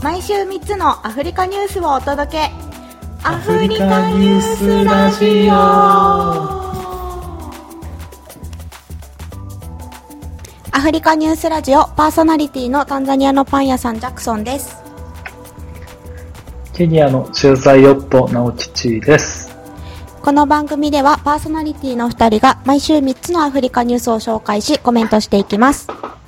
毎週3つのアフリカニュースをお届け、アフリカニュースラジオ。アフリカニュースラジオパーソナリティのタンザニアのパン屋さんジャクソンです。 ケニアの駐在夫直吉です。 この番組ではパーソナリティの2人が毎週3つのアフリカニュースを紹介しコメントしていきます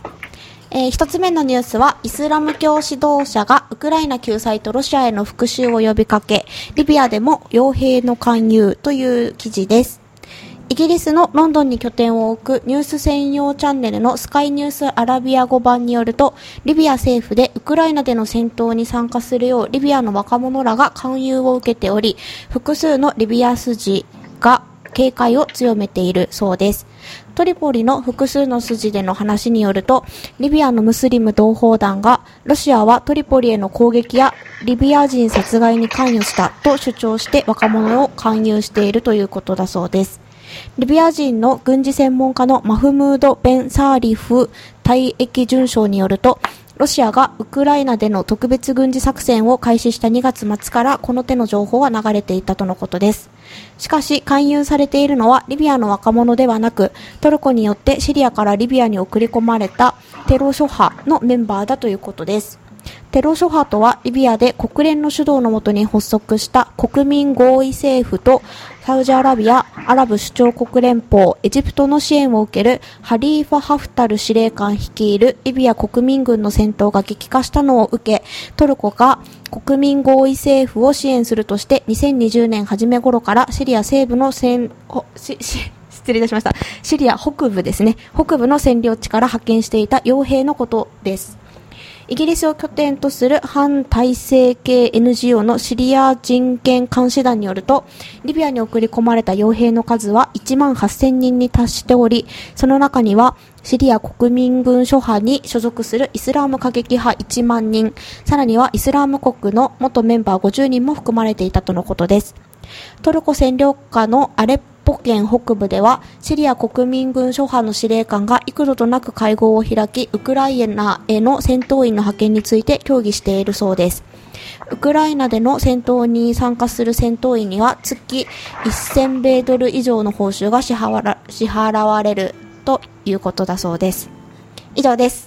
。1つ目のニュースはイスラム教指導者がウクライナ救済とロシアへの復讐を呼びかけ、リビアでも傭兵の勧誘という記事です。イギリスのロンドンに拠点を置くニュース専用チャンネルのスカイニュースアラビア語版によると、リビア政府でウクライナでの戦闘に参加するようリビアの若者らが勧誘を受けており、複数のリビア筋が警戒を強めているそうです。トリポリの複数の筋での話によると、リビアのムスリム同胞団がロシアはトリポリへの攻撃やリビア人殺害に関与したと主張して若者を勧誘しているということだそうです。リビア人の軍事専門家のマフムード・ベン・サーリフ退役准将によると、ロシアがウクライナでの特別軍事作戦を開始した2月末からこの手の情報は流れていたとのことです。しかし勧誘されているのはリビアの若者ではなく、トルコによってシリアからリビアに送り込まれたテロ諸派のメンバーだということです。テロ諸派とはリビアで国連の主導のもとに発足した国民合意政府とサウジアラビア、アラブ首長国連邦、エジプトの支援を受けるハリーファ・ハフタル司令官率いるリビア国民軍の戦闘が激化したのを受け、トルコが国民合意政府を支援するとして2020年初め頃からシリア西部の失礼いたしました。シリア北部ですね。北部の占領地から派遣していた傭兵のことです。イギリスを拠点とする反体制系 NGO のシリア人権監視団によると、リビアに送り込まれた傭兵の数は1万8000人に達しており、その中にはシリア国民軍諸派に所属するイスラーム過激派1万人、さらにはイスラーム国の元メンバー50人も含まれていたとのことです。トルコ占領下のアレッポ県北部ではシリア国民軍諸派の司令官が幾度となく会合を開き、ウクライナへの戦闘員の派遣について協議しているそうです。ウクライナでの戦闘に参加する戦闘員には月1000米ドル以上の報酬が支払われるということだそうです。以上です。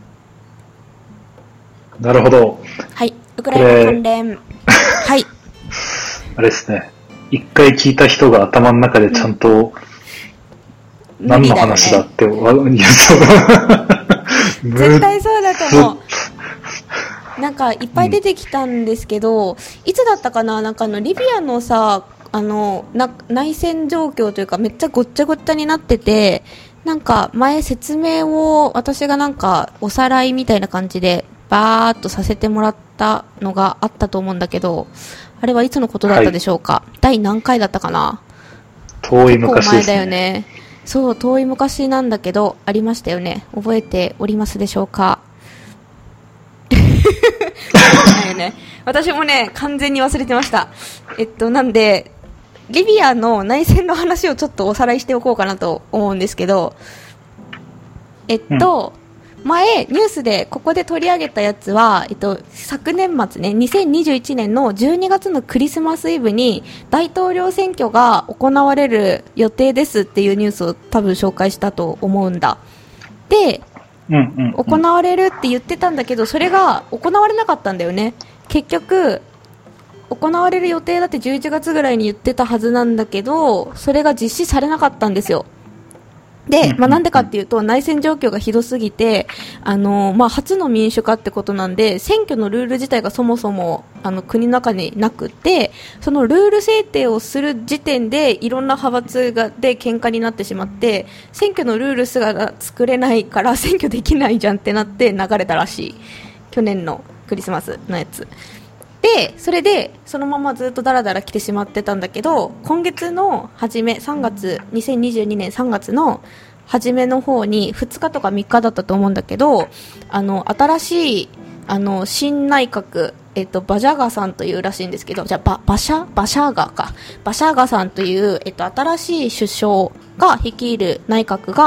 なるほど。 はい、ウクライナ関連。はい。 あれですね。一回聞いた人が頭の中でちゃんと何の話だって言う絶対そうだと思う。なんかいっぱい出てきたんですけど、いつだったかな、なんかリビアのさ、内戦状況というかめっちゃごっちゃごっちゃになってて、なんか前説明を私がなんかおさらいみたいな感じでバーっとさせてもらったのがあったと思うんだけど、あれはいつのことだったでしょうか。はい、第何回だったかな。 遠い昔ですね。 結構前だよね。そう、遠い昔なんだけどありましたよね。覚えておりますでしょうか。ないよね。私もね完全に忘れてました。なんでリビアの内戦の話をちょっとおさらいしておこうかなと思うんですけど、前ニュースでここで取り上げたやつは、昨年末ね、2021年の12月のクリスマスイブに大統領選挙が行われる予定ですっていうニュースを多分紹介したと思うんだ。で、行われるって言ってたんだけど、それが行われなかったんだよね。結局行われる予定だって11月ぐらいに言ってたはずなんだけど、それが実施されなかったんですよ。で、なんでかっていうと、内戦状況がひどすぎて、初の民主化ってことなんで、選挙のルール自体がそもそも国の中になくて、そのルール制定をする時点でいろんな派閥で喧嘩になってしまって、選挙のルールすら作れないから選挙できないじゃんってなって流れたらしい。去年のクリスマスのやつで、それでそのままずっとダラダラ来てしまってたんだけど、今月の初め2022年3月の初めの方に2日とか3日だったと思うんだけど、新しい新内閣、バジャガさんというらしいんですけど、じゃあバシャガさんという、新しい首相が率いる内閣が、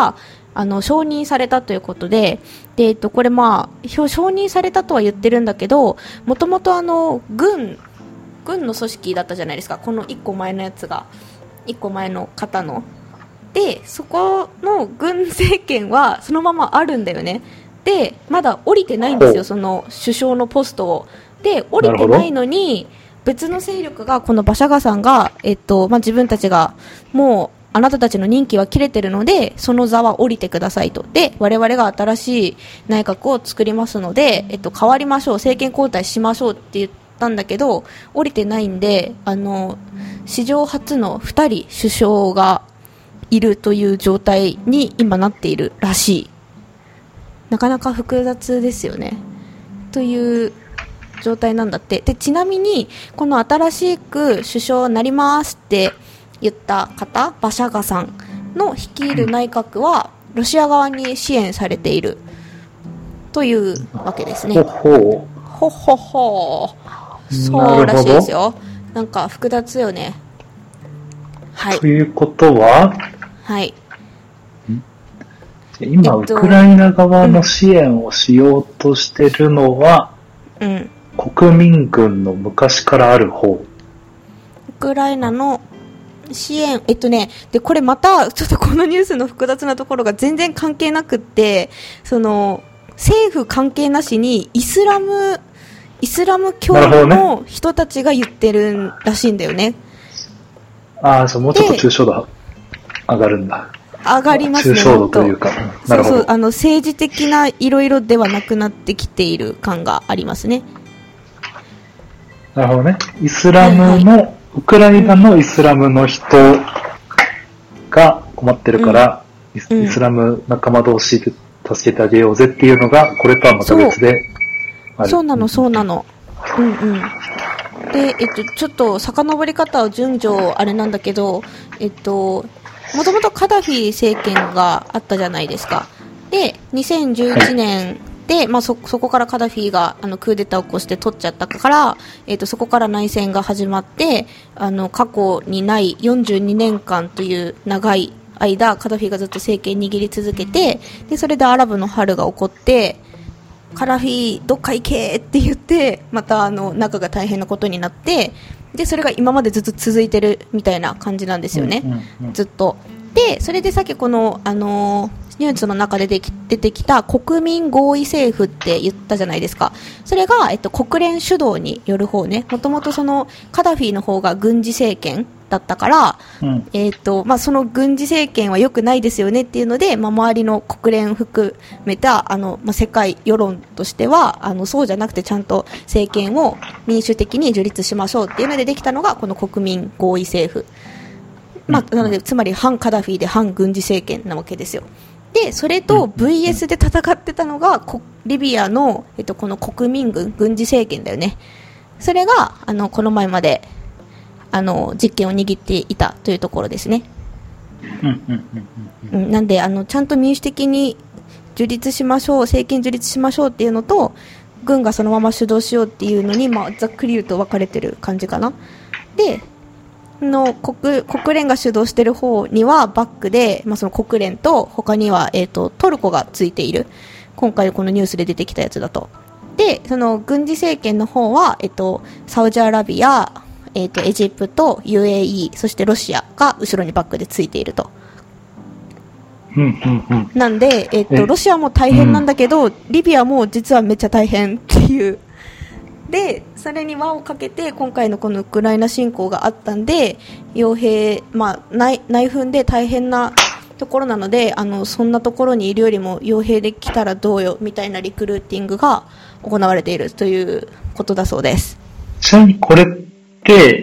承認されたということで、これ承認されたとは言ってるんだけど、もともと軍の組織だったじゃないですか、この1個前のやつが、1個前の方の。で、そこの軍政権はそのままあるんだよね。で、まだ降りてないんですよ、その首相のポストを。で、降りてないのに、別の勢力が、このバシャガさんが、自分たちが、もう、あなたたちの任期は切れてるので、その座は降りてくださいと。で、我々が新しい内閣を作りますので、変わりましょう、政権交代しましょうって言ったんだけど、降りてないんで、史上初の2人首相がいるという状態に今なっているらしい。なかなか複雑ですよね。という状態なんだって。で、ちなみに、この新しく首相になりますって言った方、バシャガさんの率いる内閣は、ロシア側に支援されているというわけですね。 ほほ。そうらしいですよ。なんか複雑よね。はい。 ということは、 はい。 今、ウクライナ側の支援をしようとしてるのは、国民軍の昔からある方。ウクライナの支援、で、これまた、ちょっとこのニュースの複雑なところが全然関係なくって、政府関係なしにイスラム教の人たちが言ってるらしいんだよね。 ああ、そう、もうちょっと抽象度上がるんだ。 上がりますね。 抽象度というか。なるほど。 そう、政治的ないろいろではなくなってきている感がありますね。 なるほどね。イスラムの、ウクライナのイスラムの人が困ってるから、イスラム仲間同士で助けてあげようぜっていうのが、これとはまた別である。 そうなの。で、ちょっと遡り方は順序あれなんだけど、もともとカダフィ政権があったじゃないですか。で、2011年で、そこからカダフィがクーデターを起こして取っちゃったから、そこから内戦が始まって、過去にない42年間という長い間、カダフィがずっと政権握り続けて、で、それでアラブの春が起こって、カダフィどっか行けって言って、また仲が大変なことになって、で、それが今までずっと続いてるみたいな感じなんですよね。ずっと。で、それでさっきこの、ニュースの中で出てきた国民合意政府って言ったじゃないですか。それが、国連主導による方ね。もともとカダフィの方が軍事政権だったから、その軍事政権は良くないですよねっていうので、周りの国連含めた、世界世論としては、そうじゃなくてちゃんと政権を民主的に樹立しましょうっていうのでできたのが、この国民合意政府。なので、つまり反カダフィで反軍事政権なわけですよ。で、それと VS で戦ってたのが、リビアの、この国民軍、軍事政権だよね。それが、この前まで、実権を握っていたというところですね。なんで、ちゃんと民主的に樹立しましょう、政権樹立しましょうっていうのと、軍がそのまま主導しようっていうのに、ざっくり言うと分かれてる感じかな。で、国連が主導している方にはバックで、その国連と他には、トルコがついている。今回このニュースで出てきたやつだと。で、その軍事政権の方は、サウジアラビア、エジプト、UAE、そしてロシアが後ろにバックでついていると。なんで、ロシアも大変なんだけど、リビアも実はめっちゃ大変っていう。で、それに輪をかけて今回のこのウクライナ侵攻があったんで、傭兵、内紛で大変なところなので、そんなところにいるよりも傭兵で来たらどうよみたいなリクルーティングが行われているということだそうです。 ちなみにこれって、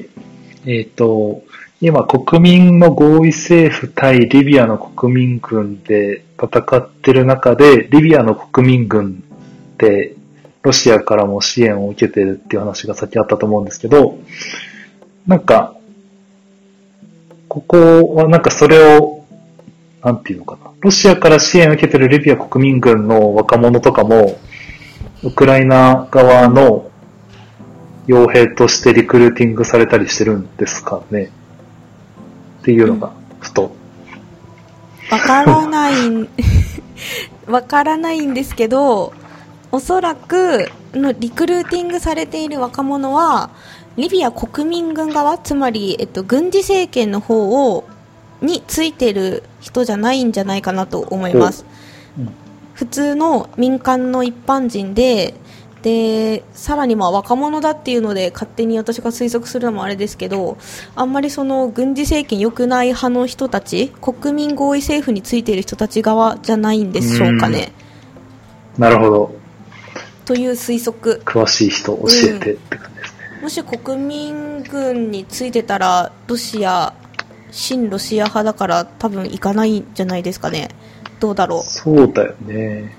今国民の合意政府対リビアの国民軍で戦ってる中で、リビアの国民軍ってロシアからも支援を受けてるっていう話がさっきあったと思うんですけど、なんか、ここはなんかそれを、なんていうのかな。ロシアから支援を受けてるリビア国民軍の若者とかも、ウクライナ側の傭兵としてリクルーティングされたりしてるんですかね。っていうのが、ふと。 わからないわからないんですけど、おそらくリクルーティングされている若者はリビア国民軍側、つまり、軍事政権の方についてる人じゃないんじゃないかなと思います。普通の民間の一般人で、さらに若者だっていうので勝手に私が推測するのもあれですけど、あんまりその軍事政権良くない派の人たち、国民合意政府についている人たち側じゃないんでしょうかね。 なるほど。 という推測。 詳しい人教えてって感じですね。 もし国民軍についてたら親ロシア派だから多分行かないんじゃないですかね。どうだろう。 そうだよね。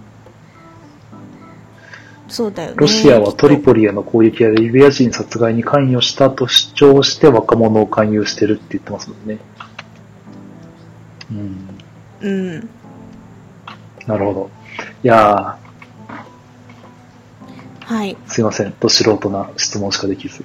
そうだよね。 ロシアはトリポリへの攻撃やリビア人殺害に関与したと主張して若者を勧誘してるって言ってますもんね。なるほど。いやー、はい。 すいません。ど素人な質問しかできず。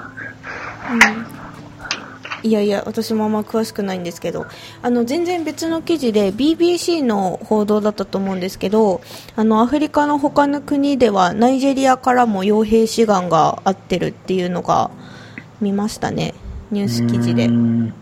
いやいや、私もあんま詳しくないんですけど、全然別の記事で BBC の報道だったと思うんですけど、アフリカの他の国ではナイジェリアからも傭兵志願があってるっていうのが見ましたね、ニュース記事で。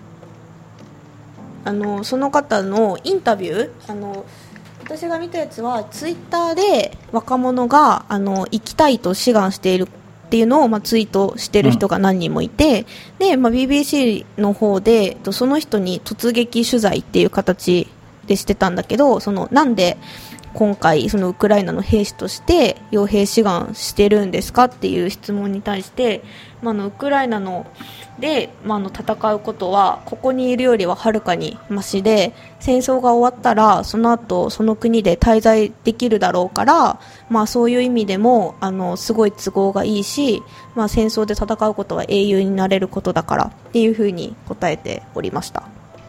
その方のインタビュー、私が見たやつはツイッターで若者が行きたいと志願しているっていうのをツイートしてる人が何人もいて、で、BBC の方でその人に突撃取材っていう形でしてたんだけど、なんで今回そのウクライナの兵士として傭兵志願してるんですかっていう質問に対して、ウクライナので、戦うことはここにいるよりははるかにマシで、戦争が終わったらその後その国で滞在できるだろうから、そういう意味でもすごい都合がいいし、戦争で戦うことは英雄になれることだからっていうふうに答えておりました。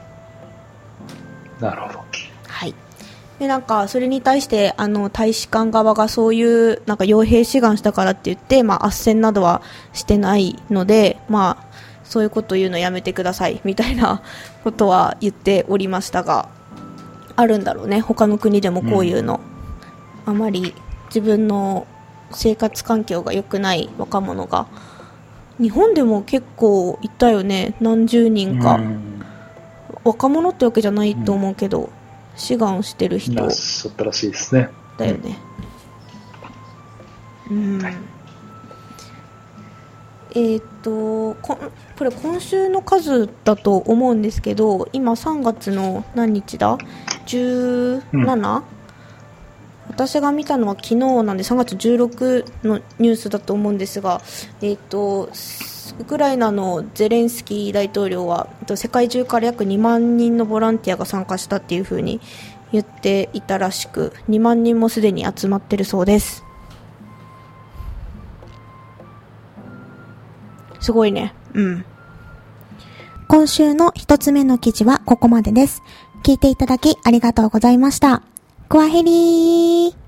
なるほど。 はい。で、それに対して大使館側がそういう傭兵志願したからって言って斡旋などはしてないので、そういうこと言うのやめてくださいみたいなことは言っておりましたが、あるんだろうね、他の国でもこういうの、あまり自分の生活環境が良くない若者が。日本でも結構いたよね、何十人か。若者ってわけじゃないと思うけど、志願してる人いらっしゃったらしいですね。 だよね。これ今週の数だと思うんですけど、今3月の何日だ 17？私が見たのは昨日なんで3月16のニュースだと思うんですが、ウクライナのゼレンスキー大統領は世界中から約2万人のボランティアが参加したっていう風に言っていたらしく、2万人もすでに集まってるそうです。すごいね。今週の一つ目の記事はここまでです。聞いていただきありがとうございました。クワヘリー。